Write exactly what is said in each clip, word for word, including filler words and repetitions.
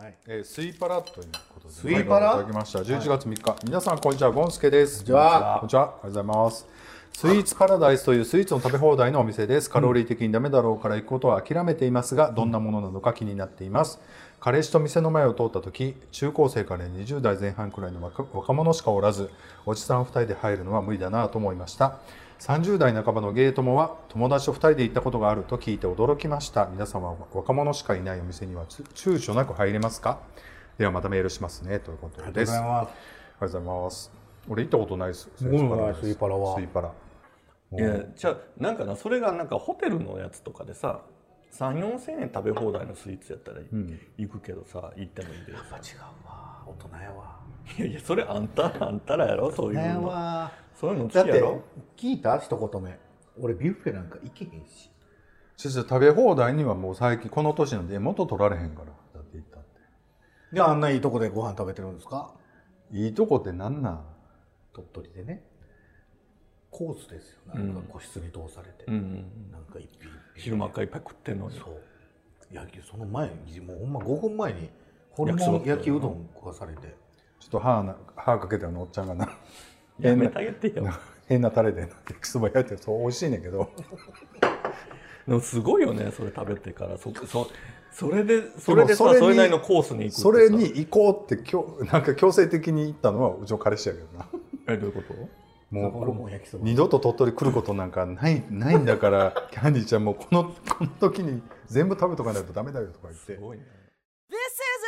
はい、 えー、スイパラということでスイパラいただきましたじゅういちがつみっか、はい、皆さんこんにちは、ゴンスケです。 こんにちは。 こんにちは、ありがとうございます。スイーツパラダイスというスイーツの食べ放題のお店です。カロリー的にダメだろうから行くことは諦めていますが、どんなものなのか気になっています。彼氏と店の前を通った時、中高生からにじゅうだいぜん半くらいの 若, 若者しかおらず、おじさんふたりで入るのは無理だなと思いました。さんじゅうだいなかばのゲイ友は友達とふたりで行ったことがあると聞いて驚きました。皆さんは若者しかいないお店には躊躇なく入れますか？ではまたメールしますねということです。ありがとうございます。俺行ったことないです。 スイパラは。 スイパラ。 いや、じゃあなんかな、それがなんかホテルのやつとかでさ、さん、よんせんえん食べ放題のスイーツやったら行くけどさ、行ってもいいけどさ。 やっぱ違うわ。大人やわ。 いやいや、それあんたあんたらやろ、そういうの。 わそういうの好きだってやろ。 聞いた一言目。俺ビュッフェなんか行けへんし。 先生、食べ放題にはもう最近この年なんで元取られへんから。だって行ったって。 であんないいとこでご飯食べてるんですか？ いいとこってなんなん？ 鳥取でね。コースですよ。なんか個室に通されて、 うんうんうん、 なんか一品昼間っからいっぱい食ってんのに。そう。 いやその前にもうほんまごふんまえにホルモン焼きうどん食わされて、 ちょっと歯な歯かけてるのおっちゃんがな。 やめてあげてよ。 変なタレで焼きそば焼いてると美味しいねんけど。 でもすごいよね、それ食べてからそそそれでそれでさ、それそれなりのコースに行くってさ。 それに行こうってきょなんか強制的に行ったのはうちの彼氏やけどな。 え、どういうこと？ もう二度と鳥取来ることなんかないないんだからキャンディーちゃんもこのこの時に全部食べとかないとダメだよとか言って。すごいね。This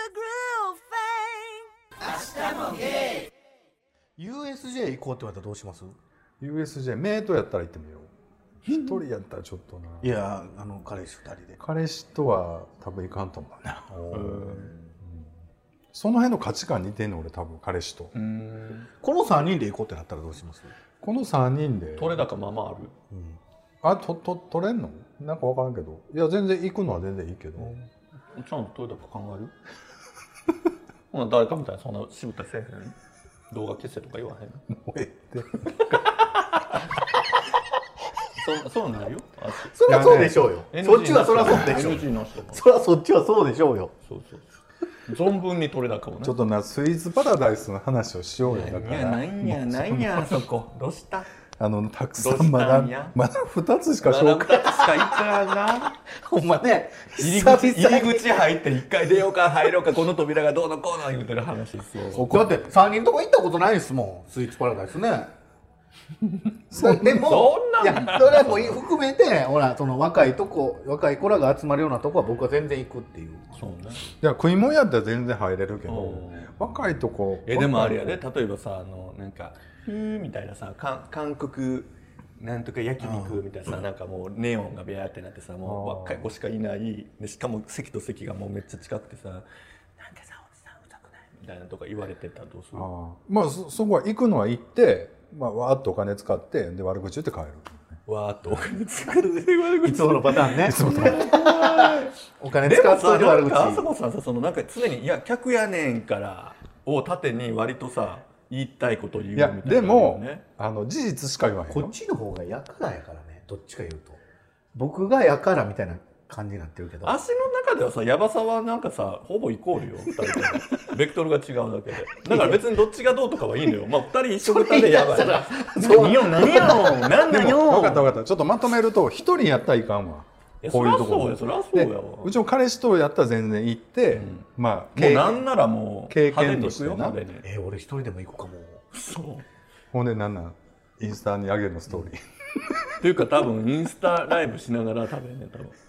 is a groove thing。明日もゲイ。ユーエスジェー 行こうって言われたらどうします？ ユーエスジェー メイトやったら行ってみよう。一人やったらちょっとな。 いやあの彼氏二人で。 彼氏とは多分行かんと思うな。その辺の価値観似てんの俺多分彼氏と。 このさんにんで行こうってなったらどうします？ このさんにんで取れ高まあまあある、 うん、あとと取れんのなんか分からんけど、いや全然行くのは全然いいけど、 うん、ちゃんと取れ高考えるほな誰かみたいなそんな渋ったせえへん動画消せとか言わへんもうえってそそうないよ。 そりゃそうでしょうよ。そっちはそりゃそうでしょう。そりゃそっちはそうでしょうよ。 そうそう存分に取れ高をね。 ちょっとなスイーツパラダイスの話をしようよ。だからいやなんやなんやあそこどうした？ あのたくさんまだまだふたつしか紹介まだふたつしか行ったな。 ほんまね。 入り口入り口入って一回出ようか入ろうかこの扉がどうのこうの言うてる話ですよ。 だってさんにんとこ行ったことないですもんスイーツパラダイスね。でもいやそれも含めてほらその若いとこ若い子らが集まるようなとこは僕は全然行くっていう。 そうね。 いや食い物やったら全然入れるけど若いとこえでもあれやで例えばさあのなんかふーみたいなさ韓国なんとか焼肉みたいなさなんかもうネオンがビャーってなってさもう若い子しかいないでしかも席と席がもうめっちゃ近くてさなんかさおじさんうざくないみたいなとか言われてたらどうする？ あまあ そ, そこは行くのは行って。まあ、わーっとお金使ってで悪口言って帰る。 わーっとお金使って悪口。 いつものパターンね。いつものパターン。お金使って悪口。 あそこさんさそのなんか常にいや客やねんからを盾に割とさ言いたいこと言うみたいな、ね。 いやでもあの事実しか言わへんよ。 こっちの方がやからやからね。どっちか言うと僕がやからみたいな感じになってるけど。 足の中ではさヤバさはなんかさほぼイコールよ。ふたりともベクトルが違うだけで。だから別にどっちがどうとかはいいのよ。まあふたり一緒くたでやばい。何よ何よ何だよ。 分かった分かった。ちょっとまとめると一人やったらいかんわ。 こういうところ。そりゃそうやわ。 うちの彼氏とやったら全然行って、うん、まあもうなんならもう経験としてな。 えー、俺一人でも行くかも。 そう。 ほんでなんなんインスタに上げるのストーリー。 っていうか多分インスタライブしながら食べんねん多分。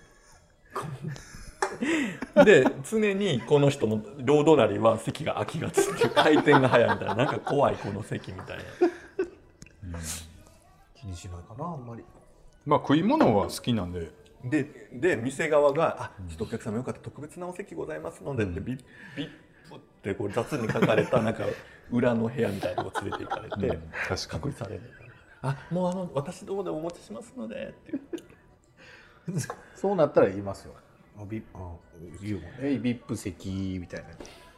で常にこの人の両隣は席が空きがちっていう回転が早いみたいななんか怖いこの席みたいな、 うん、気にしないかなあんまり。 まあ食い物は好きなんででで店側が「あちょっとお客様よかった特別なお席ございますので」ってビッビップってこう雑に書かれたなんか裏の部屋みたいなとこ連れて行かれて、うん、確かに隔離されるあもうあの私どうでもお持ちしますのでっていうそうなったら言いますよ。ビップ、言うもん。え、ビップ席みたいな。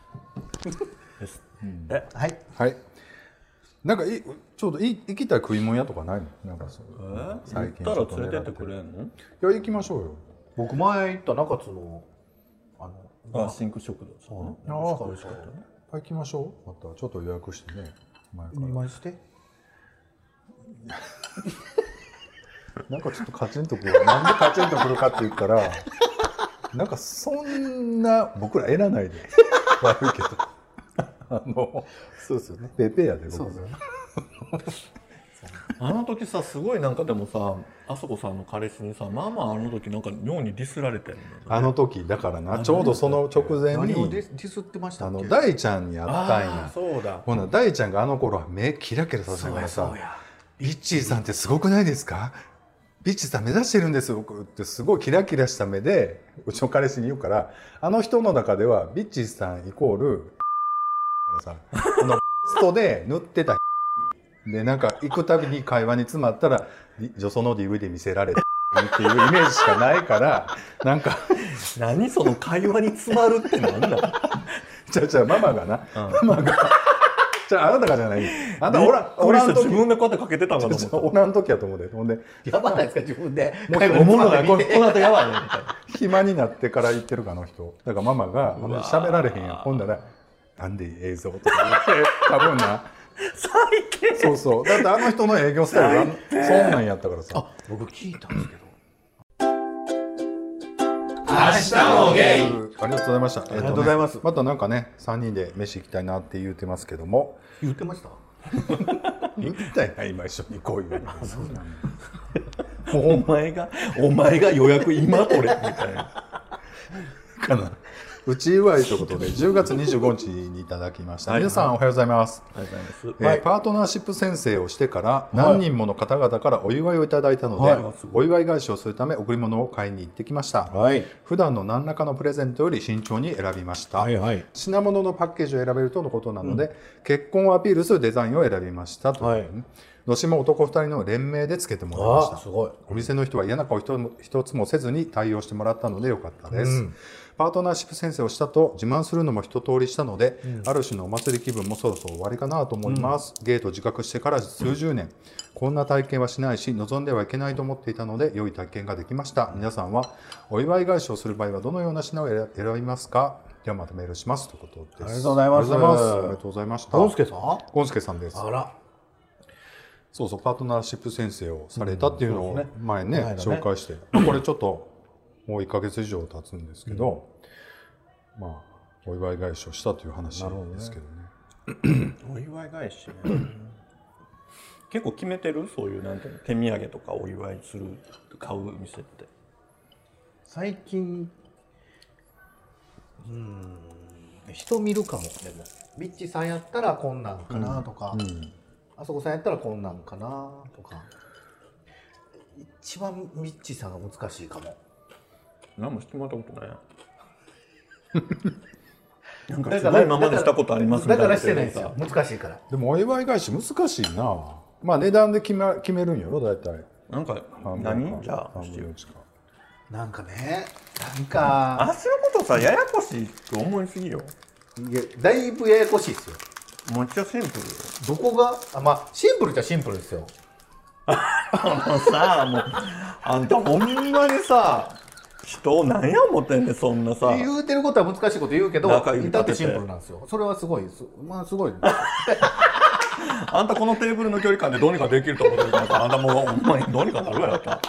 うん、え、 はい。 はい。なんかいちょうどい行きたい食い物屋とかないの？なんかそう。 え？最近行ったら連れてってくれんの？ いや行きましょうよ。 僕前行った中津のあのガーシンク食堂ですね。 ああ、 美味しかったね。 行きましょう。またちょっと予約してね。前から見まして。 なんかちょっとカチンとくる。なんでカチンとくるかって言ったら、なんかそんな僕ら得らないで悪いけど、あのそうですよね。 ペーペーやで僕ら。 あの時さすごいなんかでもさあそこさんの彼氏にさまあまああの時なんか妙にディスられてるんだよね。 あの時だからな、ちょうどその直前何をにディスディスってましたあっけ？ の大ちゃんに会ったんあや。 そうだ。 ほな大ちゃんがあの頃は目キラキラさせながらさ、ビッチーさんってすごくないですか？ビッチーさん目指してるんです僕ってすごいキラキラした目でうちの彼氏に言うから、あの人の中ではビッチーさんイコールからさ、このストで塗ってたでなんか行くたびに会話に詰まったら女装の ディーブイディー 見せられてっていうイメージしかないからなんか何その会話に詰まるって何だ。 じゃあじゃあママがな、 うん、 ママがじゃああなたがじゃない、あなたおらおらん時自分でこうやってかけてたんだと思った。 おらん時やと思うで、ほんでやばないですか自分で。 もうおもろないこの後やばいねみたいな。 暇になってから言ってるかあの人だからママがうわ喋られへんやん、ほんならなんで映像とか言って多分な最低。 そうそうだってあの人の営業スタイルがそうなんやったからさ。 あ、僕聞いたんですけど。 明日もゲイ。 ありがとうございました。ありがとうございますまたなんかねさんにんで飯行きたいなって言ってますけども、 言ってました？ 言いたいな今一緒にこういうの。 お前がお前が予約今取れみたいな。 かな。うち祝いということでじゅうがつにじゅうごにちにいただきました。皆さんおはようございます。 ありがとうございます。 えーはい、パートナーシップ宣誓をしてから何人もの方々からお祝いをいただいたので、はい、お祝い返しをするため贈り物を買いに行ってきました。はい、普段の何らかのプレゼントより慎重に選びました。はいはい、品物のパッケージを選べるとのことなので、うん、結婚をアピールするデザインを選びましたと。はい、どしも男ふたりの連名でつけてもらいました。すごい。お店の人は嫌な顔一つもせずに対応してもらったのでよかったです。うん、パートナーシップ宣誓をしたと自慢するのも一通りしたので、うん、ある種のお祭り気分もそろそろ終わりかなと思います。うん、ゲイと自覚してから数十年、うん、こんな体験はしないし望んではいけないと思っていたので良い体験ができました。皆さんはお祝い返しをする場合はどのような品を選びますか？ではまたメールしますということです。 ありがとうございます。 ありがとうございました。 ゴンスケさん？ ゴンスケさんです。 あら。 そうそうパートナーシップ宣誓をされたっていうのを前ね、うんね、紹介して、これちょっともういっかげつ以上経つんですけど、うん、まあお祝い返しをしたという話ですけどね。 お祝い返しね。結構決めてる？そういうなんていうの手土産とかお祝いする買う店って。 最近うん人見るかも。でもビッチさんやったらこんなんかなとか。うんうんあそこさんやったらこんなんかなとか一番ミッチーさんが難しいかも。 何もしてもらったことないやん。なんかすごい今までしたことありますみたいな。 だからしてないんですよ。難しいから。 でもお祝い返し難しいな。まあ値段で決め、決めるんやろ大体。 なんか何じゃあなんかねなんか足のことさややこしいと思いすぎよ。 いやだいぶややこしいですよ。 めっちゃシンプル。 どこがあまあシンプルじゃシンプルですよ。 あのさもうあんたほんまにさ人を何や思ってんねんそんなさ。 言うてることは難しいこと言うけどだってシンプルなんですよ。それはすごいまあすごいあんたこのテーブルの距離感でどうにかできると思ってるからあんたもうほんまにどうにかなるやった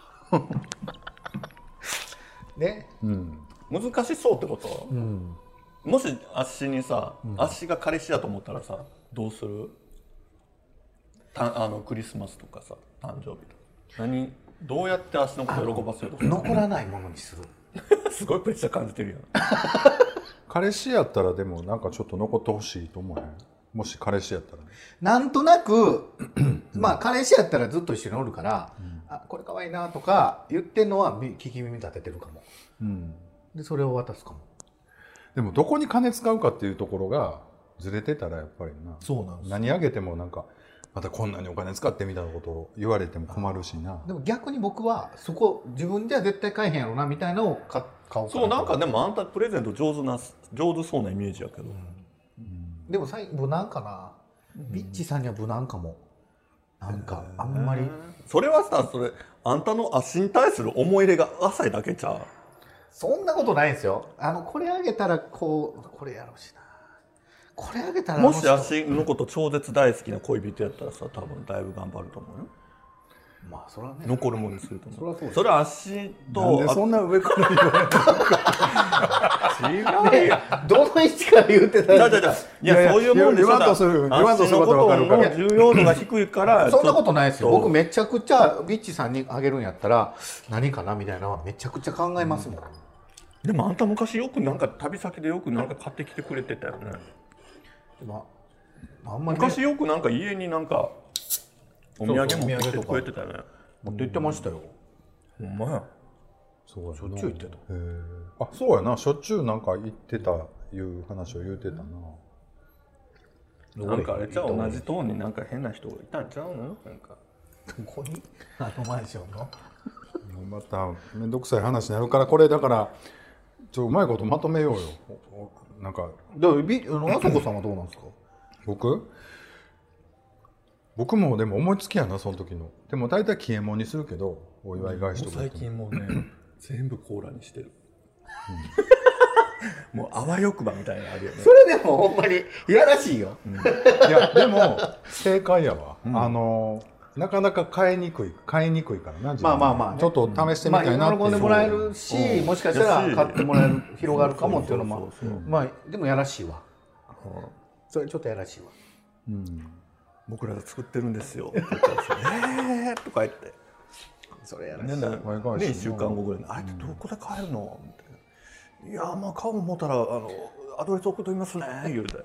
ね、 うん、難しそうってこと、うん、もしあっしにさ、うん、あっしが彼氏だと思ったらさどうする？たあのクリスマスとかさ誕生日とか何どうやってあっしのこと喜ばせようとする？ 残らないものにするすごいプレッシャー感じてるやん彼氏やったらでもなんかちょっと残ってほしいと思うへん？もし彼氏やったらねなんとなくまあ彼氏やったらずっと一緒におるから、うん、あこれかわいいなとか言ってんのは聞き耳立ててるかも、うん、でそれを渡すかも。 でもどこに金使うかっていうところがずれてたらやっぱりな。 そうなんです。 何あげてもなんかまたこんなにお金使ってみたいなことを言われても困るしな。 でも逆に僕はそこ自分では絶対買えへんやろなみたいなのを買おうかな。 そうなんかでもあんたプレゼント上手な上手そうなイメージやけど、うんうん、でも最無難かな、うん、ビッチさんには無難かも。なんかあんまりそれはさそれあんたの足に対する思い入れが浅いだけちゃう。 そんなことないんですよ。あのこれあげたらこうこれやろうしな。これあげたらもし足のこと超絶大好きな恋人やったらさ、多分だいぶ頑張ると思うよ。 まあそれはね。 残るものにすると思う。 それはそうです。 それは足と。 なんでそんな上から言われるのか。違うよ。 どの位置から言ってたら。 いやそういうもんでしょ。 言わんとする言わんとすることわかるから。 足のことの重要度が低いからそんなことないですよ。僕めちゃくちゃビッチさんにあげるんやったら何かなみたいなのはめちゃくちゃ考えますもん。うん、 でもあんた昔よくなんか旅先でよくなんか買ってきてくれてたよね。 まあ、あんまりね、 昔よくなんか家になんかお土産持ってきてくれてたよね。 持って行ってましたよ。 ほんまや。 そうしょっちゅう行ってた。 へーあ、そうやな。しょっちゅうなんか行ってたいう話を言うてたな。 なんかあれじゃあ同じトーンになんか変な人いたんちゃうの？なんかどこにあのマンションの。 まためんどくさい話になるから、これだからちょうまいことまとめようよ。なんかだからビあのあそこさんはどうなんですか？ 僕僕もでも思いつきやな、その時の。でも大体消え物にするけど、お祝い返しとか。 最近もうね全部コーラにしてる。もうあわよくばみたいなのあるよね。 それでもほんまにいやらしいよ。 うん、いやでも正解やわ。うん、あのなかなか買いにくい買いにくいからな。 まあまあまあ、ね、 ちょっと試してみたいなって、 まあ、喜んでもらえるし、うん、もしかしたら買ってもらえる広がるかもっていうのもまあでもやらしいわ。うん、それちょっとやらしいわ。 うん、僕らが作ってるんですよって言ったんですよ。えーとか言って。それやらしい。ね、ね、いっしゅうかんごぐらいにあれってどこで買えるのみたいな。いやまあ買おう思ったらあのアドレス送っときますね言うて。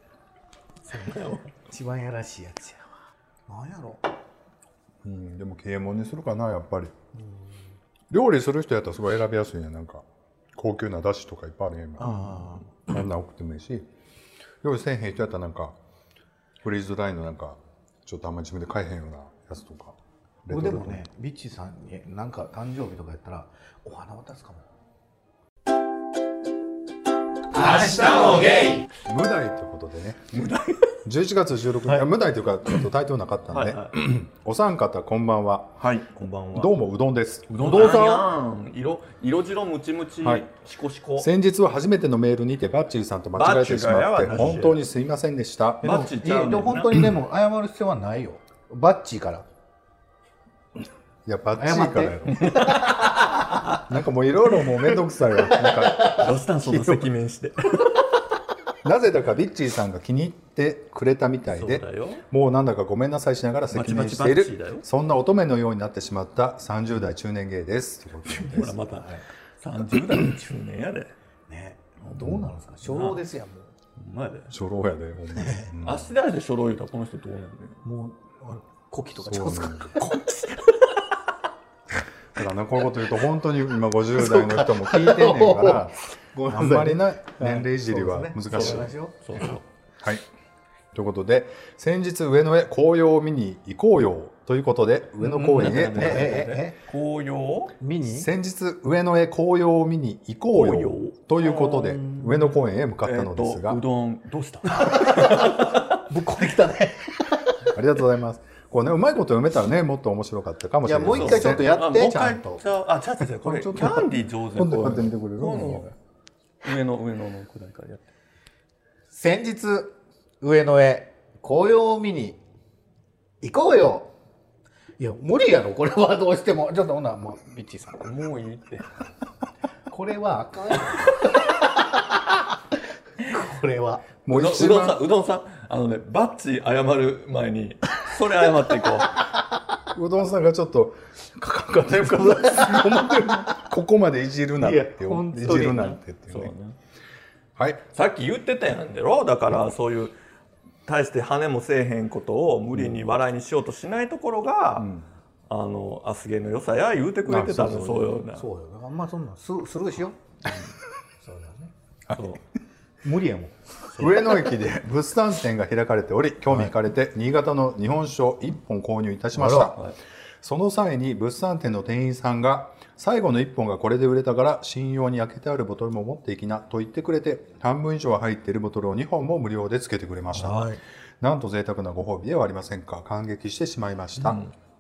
一番やらしいやつやわ。なんやろ。 うん、でも消え物にするかなやっぱり。うん、料理する人やったらすごい選びやすいね。なんか高級なだしとかいっぱいあるやん今。ああ。そんなん送ってもいいし、料理せえへん人やったらなんかフリーズドライのなんかちょっとあんまり自分で買えへんようなやつとか。 僕でもねビッチさんになんか誕生日とかやったらお花渡すかも。 明日もゲイ無題ということでね。無題じゅういちがつじゅうろくにち、はい、無題というかちょっとタイトルなかったんで、はいはい、お三方こんばんは。 はい、こんばんは。 どうもうどんです。 うどんさん。色色白ムチムチ、はい、シコシコ。 先日は初めてのメールにてバッチーさんと間違えてしまって本当にすいませんでした。 バッチーちゃうねんな。 本当にでも謝る必要はないよ。バッチーから。 いやバッチーからやろ。なんかもういろいろもうめんどくさいわ。なんかどうしたんその赤面して。 なぜだかビッチーさんが気に入ってくれたみたいで、もうなんだかごめんなさいしながら赤面している、そんな乙女のようになってしまったさんじゅう代中年芸です。 ほらまたさんじゅう代の中年やで。 ね、どうなるんですか。初老ですやんもう。前で。 初老やで。 足代で初老言うたらこの人どうなるの？ もう古希とかちゃうんすか。 だからね、こういうこと言うと本当に今ごじゅう代の人も聞いてんねんからあんまりな年齢いじりは難しい。はい。ということで先日上野へ紅葉を見に行こうよということで上野公園へ紅葉見に先日上野へ紅葉を見に行こうよということで上野公園へ向かったのですが、 うどんどうした？ ぶっこんできたね。 ありがとうございます。こうね、うまいこと読めたらね、もっと面白かったかもしれない。 いや、もう一回ちょっとやって、ちゃんと。 あ、ちゃうちゃうちゃう、これキャンディー上手。 今度やってみてくれる？ 上の上ののくだりからやって。 先日上野へ紅葉を見に行こうよ。いや無理やろこれはどうしても。ちょっとほなもうビッチーさん。 もういいって。 これはあかん。これは。 もううどんさん、うどんさん、あのね、バッチ謝る前に、それ謝っていこう。うどんさんがちょっと、かかんかったよかここまでいじるなんて、いじるなんてっていうね。はい。 さっき言ってたやんでろ。だから、そういう、大して羽もせえへんことを無理に笑いにしようとしないところが、うん、あの、アスゲの良さや言うてくれてたの、そうよな。 そうよ。あんまそんな、スルーしよう。そうだね。そう。無理やもん。 上野駅で物産展が開かれており興味惹かれて新潟の日本酒をいっぽん購入いたしました。はい、その際に物産展の店員さんが最後のいっぽんがこれで売れたから信用に開けてあるボトルも持っていきなと言ってくれて半分以上入っているボトルをにほんも無料でつけてくれました。はい、なんと贅沢なご褒美ではありませんか。感激してしまいました。うん、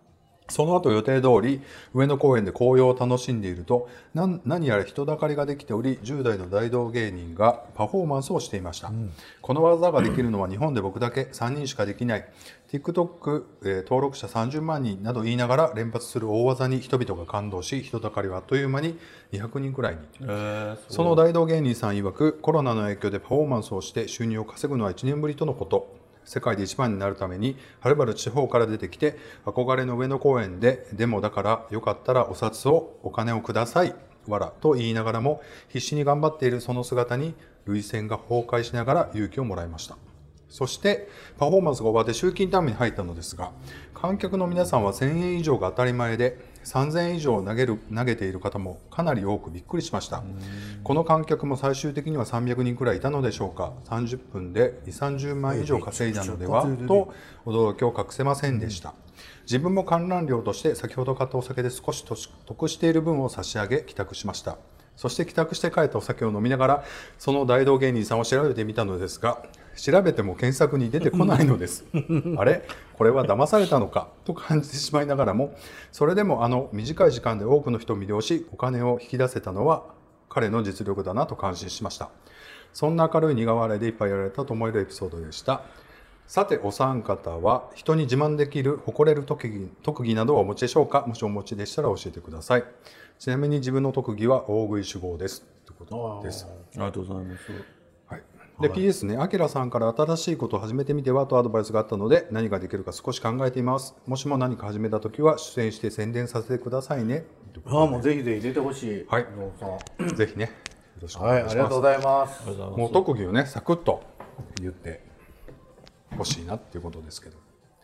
その後予定通り上野公園で紅葉を楽しんでいると、何何やら人だかりができており、じゅう代の大道芸人がパフォーマンスをしていました、うん、この技ができるのは日本で僕だけ、さんにんしかできない、 TikTok、えー、登録者さんじゅうまんにんなど言いながら連発する大技に人々が感動し、人だかりはあっという間ににひゃくにんくらいに、えー、その大道芸人さん曰く、コロナの影響でパフォーマンスをして収入を稼ぐのはいちねんぶりとのこと。世界で一番になるためにはるばる地方から出てきて、憧れの上野公園で、でもだからよかったらお札をお金をくださいわらと言いながらも必死に頑張っているその姿に涙腺が崩壊しながら勇気をもらいました。そしてパフォーマンスが終わって集金タイムに入ったのですが、観客の皆さんはせんえん以上が当たり前で、さんぜんえん以上投げる投げている方もかなり多くびっくりしました。この観客も最終的にはさんびゃくにんくらいいたのでしょうか。さんじゅっぷんでにじゅう、さんじゅうまん以上稼いだのではと驚きを隠せませんでした。自分も観覧料として先ほど買ったお酒で少し得している分を差し上げ帰宅しました。そして帰宅して帰ったお酒を飲みながらその大道芸人さんを調べてみたのですが、調べても検索に出てこないのですあれこれは騙されたのかと感じてしまいながらも、それでもあの短い時間で多くの人を魅了しお金を引き出せたのは彼の実力だなと感心しました。そんな明るい苦笑いでいっぱいやられたと思えるエピソードでした。さてお三方は人に自慢できる誇れる特技、特技などはお持ちでしょうか。もしお持ちでしたら教えてください。ちなみに自分の特技は大食い酒豪ですということです。 ありがとうございます。 はい、で、はい、ピーエス ね、あきらさんから新しいことを始めてみてはとアドバイスがあったので何ができるか少し考えています。もしも何か始めたときは出演して宣伝させてくださいね。 ああ、もうぜひぜひ出てほしい。 はい、ぜひね、よろしくお願いします。はい、ありがとうございます。 もう特技をねサクッと言ってほしいなっていうことですけど、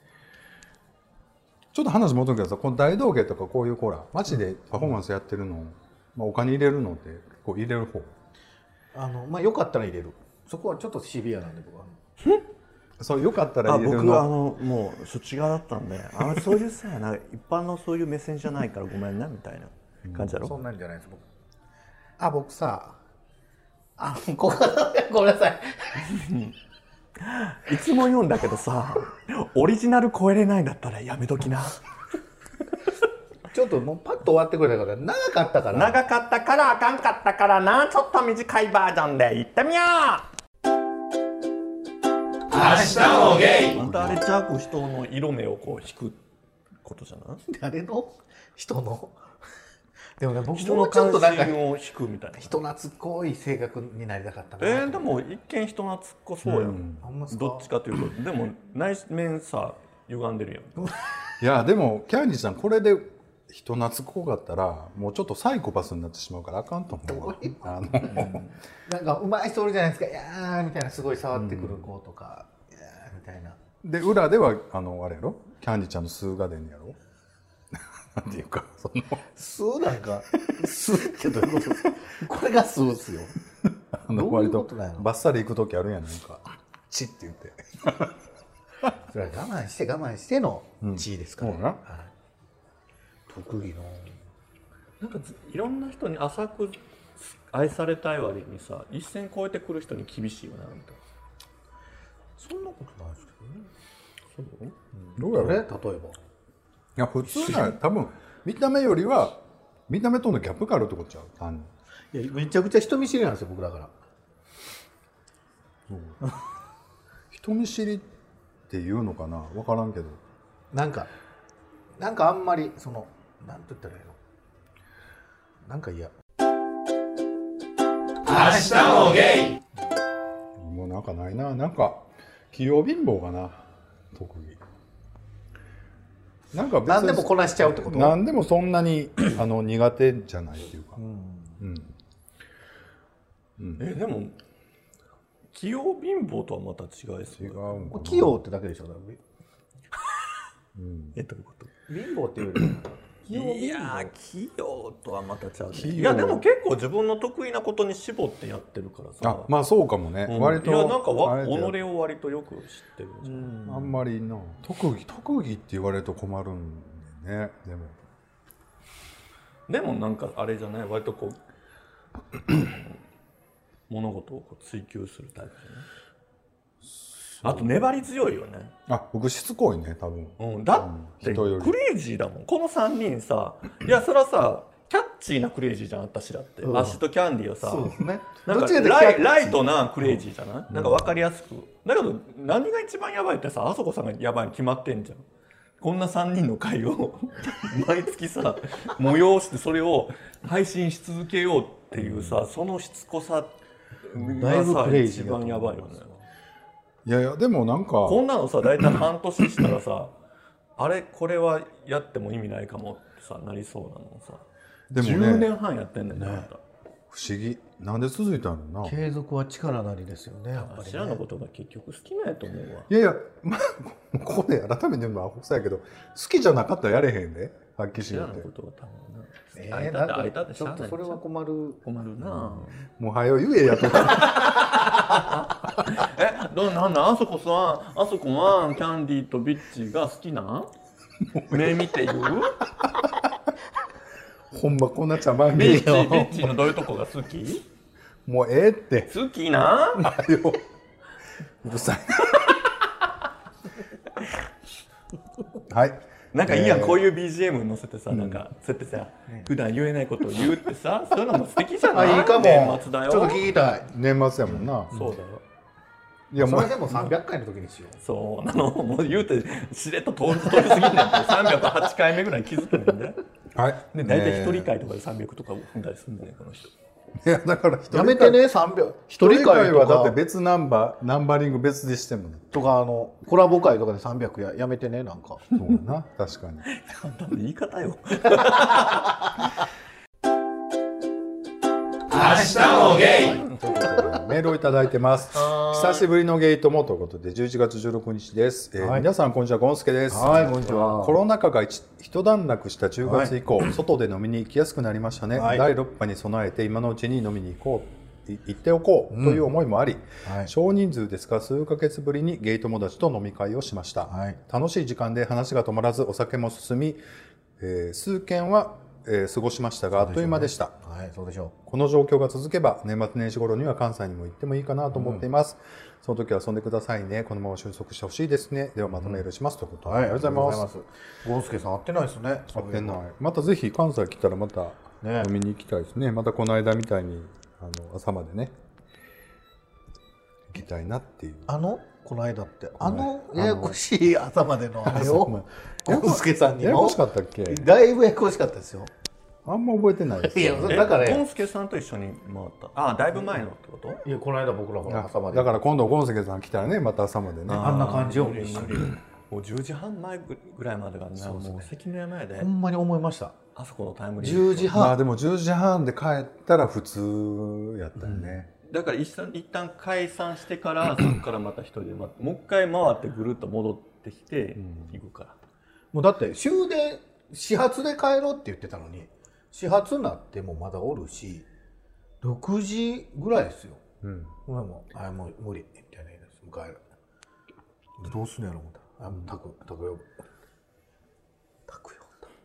ちょっと話戻るけどさ、この大道芸とかこういうコーラ街でパフォーマンスやってるの、うん、まあ、お金入れるのってこう入れる方、 あのまあよかったら入れる。そこはちょっとシビアなんで僕は。 そうよかったら入れるの。 あ、僕はあのもうそっち側だったんで、あそういうさなんか一般のそういう目線じゃないからごめんなみたいな感じだろ。 うん、そんなんじゃないです僕。あ、僕さ、あここごめんなさい。 いつも言うんだけどさ、オリジナル超えれないんだったらやめときな。 ちょっともうパッと終わってくれたから長かったから長かったからあかんかったからな、ちょっと短いバージョンでいってみよう。明日もゲイ。本当あれじゃあ人の色目をこう引くことじゃない？ 誰の人のでもね、僕人の関心を引くみたいな。 人懐っこい性格になりたかったな。 えー、でも一見人懐っこそうやん、うん、どっちかというと。でも内面さ歪んでるやん。 いやでもキャンディーさんこれで人懐っこかったらもうちょっとサイコパスになってしまうからあかんと思うわ。あのなんか上手い人おるじゃないですか。いやーみたいなすごい触ってくる子とか、うん、いやーみたいな。で裏ではあのあれやろ、キャンディーちゃんの数が出んやろ。なんていうかその数なんか数ってどういうことですか。これが数ですよ。 あの割とバッサリいく時あるやん、なんかチって言ってそれは我慢して我慢しての地位ですから、ね、うん、はい、特技のなんかいろんな人に浅く愛されたい割にさ、一線越えてくる人に厳しいよなみたいな。 そんなことないですけどね。 そう、 うん、どうやろう、例えば。 いや普通なら多分見た目よりは見た目とのギャップがあるってことちゃう。単にいやめちゃくちゃ人見知りなんですよ僕だから。 そう人見知りっていうのかな、分からんけど、 なんかなんかあんまりそのなんて言ったらいいの、なんか嫌。明日もゲイ。もうなんかないな、なんか器用貧乏かな特技。なんか別に何でもこなしちゃうってこと。 何でもそんなにあの苦手じゃないっていうか、うんうんうん、えでも器用貧乏とはまた違いですよ。 違う。器用ってだけでしょ。 うん、えどういうこと？ 貧乏っていうよりいや器用とはまたちゃう、ね、いやでも結構自分の得意なことに絞ってやってるからさ。 あ、まあそうかもね、うん、割と。 いやなんかわ己を割とよく知ってるんじゃない、 うん、あんまりな特技特技って言われると困るんでね。でもでもなんかあれじゃない、割とこう物事をこう追求するタイプじゃない。 あと粘り強いよね。 あ、僕しつこいね多分。 うん、だってクレイジーだもんこのさんにんさ。いやそれはさキャッチーなクレイジーじゃん私だって、うん、アシとキャンディーはさそうですねなんかライ、ライトなクレイジーじゃない、うん、なんか分かりやすく。だけど何が一番やばいってさあそこさんがやばいに決まってんじゃん。こんなさんにんの回を毎月さ催してそれを配信し続けようっていうさ、そのしつこさがさ一番やばいよね。 いやいやでもなんかこんなのさ大体半年したらさあれこれはやっても意味ないかもってさなりそうなのさ。でもね、じゅうねんはんやってんねんね。 不思議なんで続いたのな。 継続は力なりですよねやっぱりね。 知らのことが結局好きなんやと思うわ。 いやいや、まあ、ここで改めて言うのはアホさやけど好きじゃなかったらやれへんではっきり言って。知らのことが多分な。 えー、なんかちょっとそれは困る困るな、うん、 もうはよ言えやとえどうなんなんあそこさあそこはキャンディーとビッチが好きなん目見て言うほんまこんな茶番ビッチビッチのどういうとこが好きもうええって好きなあようるさいはいなんかいいやん、えー、こういう ビージーエム 載せてさ、うん、なんかそうやってさ、うん、普段言えないことを言うってさそういうのも素敵じゃない。 あいいかも。 年末だよ。 ちょっと聞きたい。 年末やもんな、 うん、そうだよ。 いやそれでもさんびゃっかいの時にしよう。 そうなのもう言うてしれっと通り過ぎんねんってさんびゃくはちかいめぐらい気づくねんで、 はい、 で大体一人会とかでさんびゃくとか踏んだりするんだねこの人。 いやだからやめてねさんびゃく一人会はだって別ナンバーナンバリング別でしてもとかあのコラボ会とかでさんびゃく や, やめてねなんかそうな確かに言い方よ明日もゲイメールをいただいてます久しぶりのゲイともということでじゅういちがつじゅうろくにちです、えーはい、皆さんこんにちはゴンスケです。 はいこんにちは。 コロナ禍が一段落したじゅうがつ以降、はい、外で飲みに行きやすくなりましたね、はい、だいろく波に備えて今のうちに飲みに行こう行っておこうという思いもあり、うんはい、少人数ですが数ヶ月ぶりにゲイ友達と飲み会をしました、はい、楽しい時間で話が止まらずお酒も進み、えー、数件はえー、過ごしましたが、ね、あっという間でした、 はい、そうでしょう。この状況が続けば年末年始頃には関西にも行ってもいいかなと思っています、うん、その時は遊んでくださいね。このまま収束してほしいですね。ではまたメールします、うん、ということで、はい、ありがとうございます。 ゴンスケさん会ってないですね。 会ってない。またぜひ関西来たらまた飲みに行きたいですね。ねまたこの間みたいにあの朝までね行きたいなっていう。 あのこの間ってあのややこしい朝までのあれをゴンスケさんにもややこしかったっけ。 だいぶややこしかったですよ。 あんま覚えてないです、ね。いやだからゴンスケさんと一緒に回った。ああだいぶ前のってこと？ いやこの間僕らほら朝まで。 だから今度ゴンスケさん来たらねまた朝までね。 あんな感じを。 もうじゅうじはんまえぐらいまでがねもう関の山で。 ほんまに思いました。 あそこのタイムリー。 じゅうじはん。 まあでもじゅうじはんで帰ったら普通やったよね。 うん、だから一旦一旦解散してからそこからまた一人でもう一回回ってぐるっと戻ってきて行くから。 もうだって終電始発で帰ろうって言ってたのに。始発になってもまだおるしろくじぐらいですよ、うん、俺もあもう無理みたいな言いです迎えるどうすんのやろ思ったらあタクタク呼ぶタク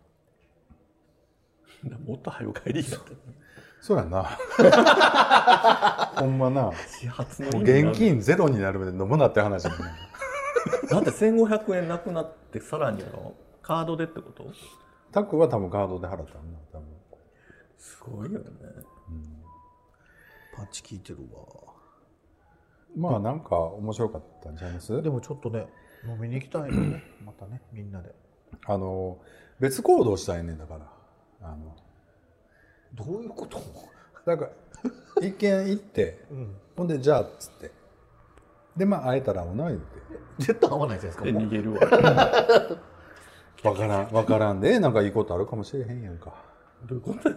呼んだもっと早く帰りやったそうやなほんまな始発の現金ゼロになるまで飲むなって話だねだってせんごひゃくえんなくなってさらにカードでってこと？ タクは多分カードで払ったんだ多分すごいよね、うん、 パンチ効いてるわ。 まあなんか面白かったんじゃないです？ でもちょっとね飲みに行きたいよねまたねみんなであの別行動したいねんだからあのどういうこと？ だから一軒行って、うん、ほんでじゃあっつってでまあ会えたら会うな言うて絶対会わないじゃないですか。 で逃げるわわからんわからんでなんかいいことあるかもしれへんやんか。 どういうこと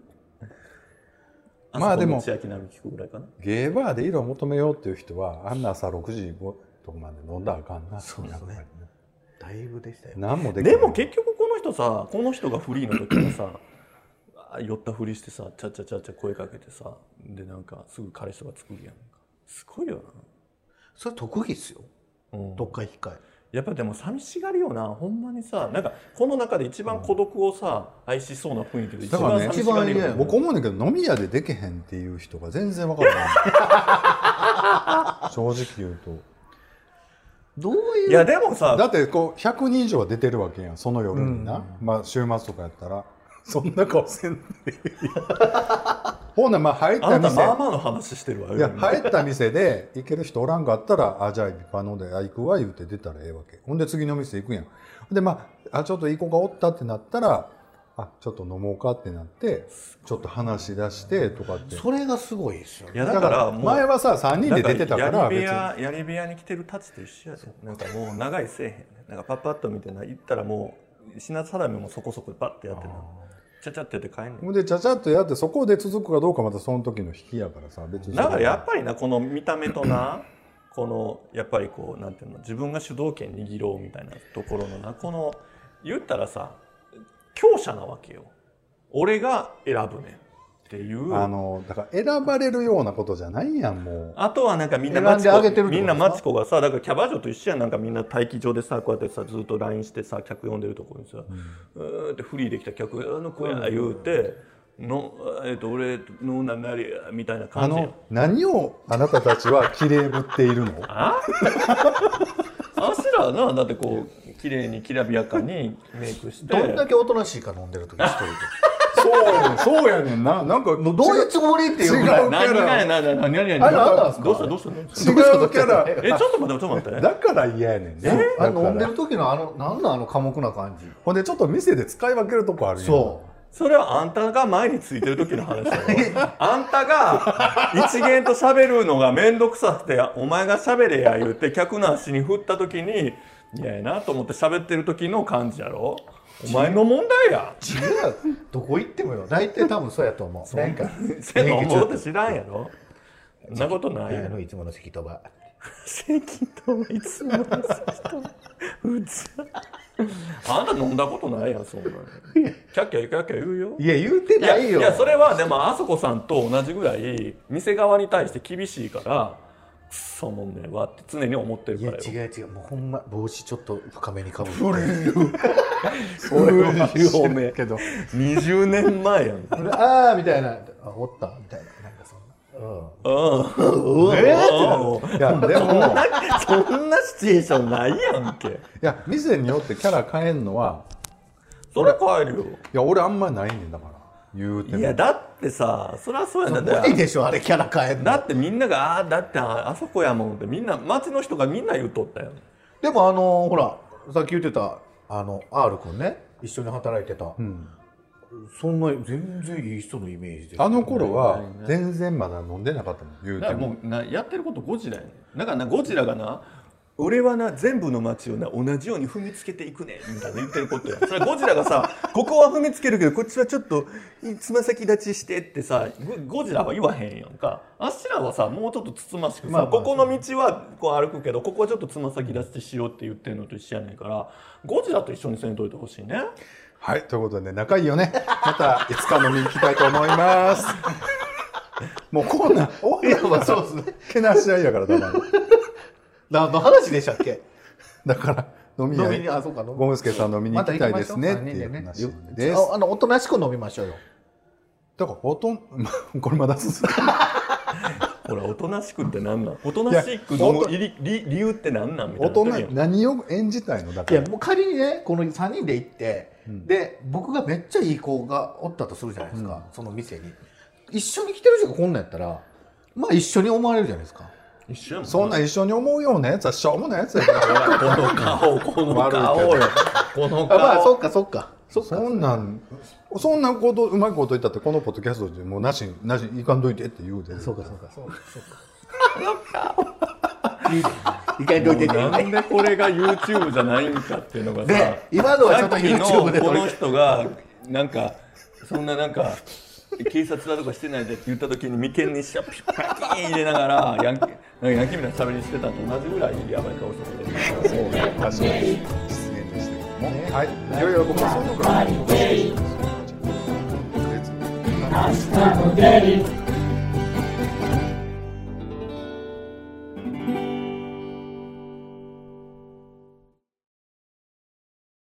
まあでもゲーバーで色を求めようっていう人はあんな朝ろくじとかまで飲んだらあかんな。 そうですね。だいぶでしたよ。 何もできない。でも結局この人さこの人がフリーの時はさ酔ったふりしてさチャチャチャチャ声かけてさでなんかすぐ彼氏が作るやんか。すごいよな。 それ特技っすよ、うん、どっか控えやっぱりでも寂しがりよなほんまにさなんかこの中で一番孤独をさ、うん、愛しそうな雰囲気で一番寂しがりよ、ね、 僕思うんだけど飲み屋でできへんっていう人が全然わからない正直言うとどういういやでもさだってこうひゃくにん以上は出てるわけやんその夜にな、うん、まあ週末とかやったらそんな顔せんでほなまあ入った店あなたまあまあの話してるわよ。 いや入った店で行ける人おらんかったらあじゃあ一般のであ行くわ言うて出たらええわけ。ほんで次の店行くやん。でまああちょっといい子がおったってなったらあちょっと飲もうかってなってちょっと話し出してとかって。 それがすごいですよね。 いやだからもう前はささんにんで出てたから別にやり部屋やり部屋に来てるたちと一緒やで。なんかもう長いせえへんね。なんかパッパッと見てな行ったらもう品定めもそこそこでバッてやってな。ちゃちゃってやって帰んねん。 ほんでちゃちゃっとやってそこで続くかどうかまたその時の引きやからさ別に。 だからやっぱりなこの見た目となこのやっぱりこうなんていうの自分が主導権握ろうみたいなところのなこの言ったらさ強者なわけよ。俺が選ぶねんっていうあのだから選ばれるようなことじゃないやんもう。 あとはなんかみんなマチコみんなマチコがさだからキャバ嬢と一緒やん。なんかみんな待機場でさこうやってさずっと ライン してさ客呼んでるところにさ、うん、うーってフリーできた客が「あの子や」言うて「のえっと俺のななりや」みたいな感じやん。 あの何をあなたたちは綺麗ぶっているの？ ああしらはなだってこう綺麗にきらびやかにメイクしてどんだけおとなしいか飲んでる時一人でそうやねんそうやねんななんかどういうつもりっていうぐらい何がやな何何何あれ何なんですかどうしたどうした違うキャラえちょっと待ってちょっと待ってだから嫌やねんねあの飲んでる時のあの何のあの寡黙な感じほんでちょっと店で使い分けるとこあるやんそうそれはあんたが前についてる時の話だよあんたが一元と喋るのが面倒くさくてお前が喋れや言って客の足に振った時に嫌やなと思って喋ってる時の感じやろ。お前の問題や。 違うどこ行ってもよ大体多分そうやと思う。なんかそうやと思うって知らんやろ。そんなことないやろ。 いつもの関戸場関戸場いつもの関戸場うつあんた飲んだことないやんそんなにキャッキャキャッキャ言うよ。 いや言うてないよ。 いやいやそれはでもあそこさんと同じぐらい店側に対して厳しいからくそもんねわって常に思ってるからよ。 いや違う違うもうほんま帽子ちょっと深めにかぶる。 それは有名けどにじゅうねんまえやん。 ああみたいなあおったみたいななんかそんな。 うん。えー、いやでもそんなシチュエーションないやんけ。いや店によってキャラ変えんのはそれ変えるよ。 いや俺あんまりないねんだから言うても。 いやだってさそりゃそうやんだって。いいでしょあれキャラ変えんの。 だってみんながあだってああそこやもんってみんな街の人がみんな言うとったよ。 でもあのほらさっき言ってたあの R 君ね一緒に働いてた。うん、そんな全然いい人のイメージであの頃は全然まだ飲んでなかったもん言うてももうなやってることゴジラやねん。だからなゴジラがな俺はな全部の街をな同じように踏みつけていくねみたいな言ってることや。それゴジラがさここは踏みつけるけどこっちはちょっとつま先立ちしてってさゴジラは言わへんやんか。あっしらはさもうちょっとつつましくさ、まあまあ、ここの道はこう歩くけどここはちょっとつま先立ちしようって言ってるのと一緒やねんからゴジラと一緒にせんといてほしいね。 はいということでね仲いいよねまたいつか飲みに行きたいと思いますもうこんなおいやまあそうですねけなし合いやからだから何の話でしたっけ。 だから飲み屋にあそうかゴムスケさん飲みに行きたいですねっていう話です。 あのおとなしく飲みましょうよ。 だからおとこれまだ続くほらおとなしくってなんなんおとなしく飲む理理由ってなんなんみたいな。 大人何を演じたいのだから。 いやもう仮にねこのさんにんで行って、うん、で僕がめっちゃいい子がおったとするじゃないですか、うん、その店に一緒に来てる人がこんなんやったらまあ一緒に思われるじゃないですか。 一緒やもんそんな一緒に思うようなやつはしょうもないやつやからこの顔この顔よこの顔。 あまあそっかそっかそっかそんなんそんなことうまいこと言ったってこのポッドキャストでもうなしなしいかんといてって言うて。 そうかそうかそうかそうかいかんといてってなんでこれが YouTube じゃないんかっていうのがさで今のはちょっと YouTube でこの人がなんかそんななんか警察だとかしてないでって言った時に眉間にシャッピッパキーン入れながらヤンキーヤンキーみたいな喋りしてたのと同じぐらいやばい顔しててそうね確かに失言でしたけども、ね、はいいよいよ僕はそういうのから明日も出る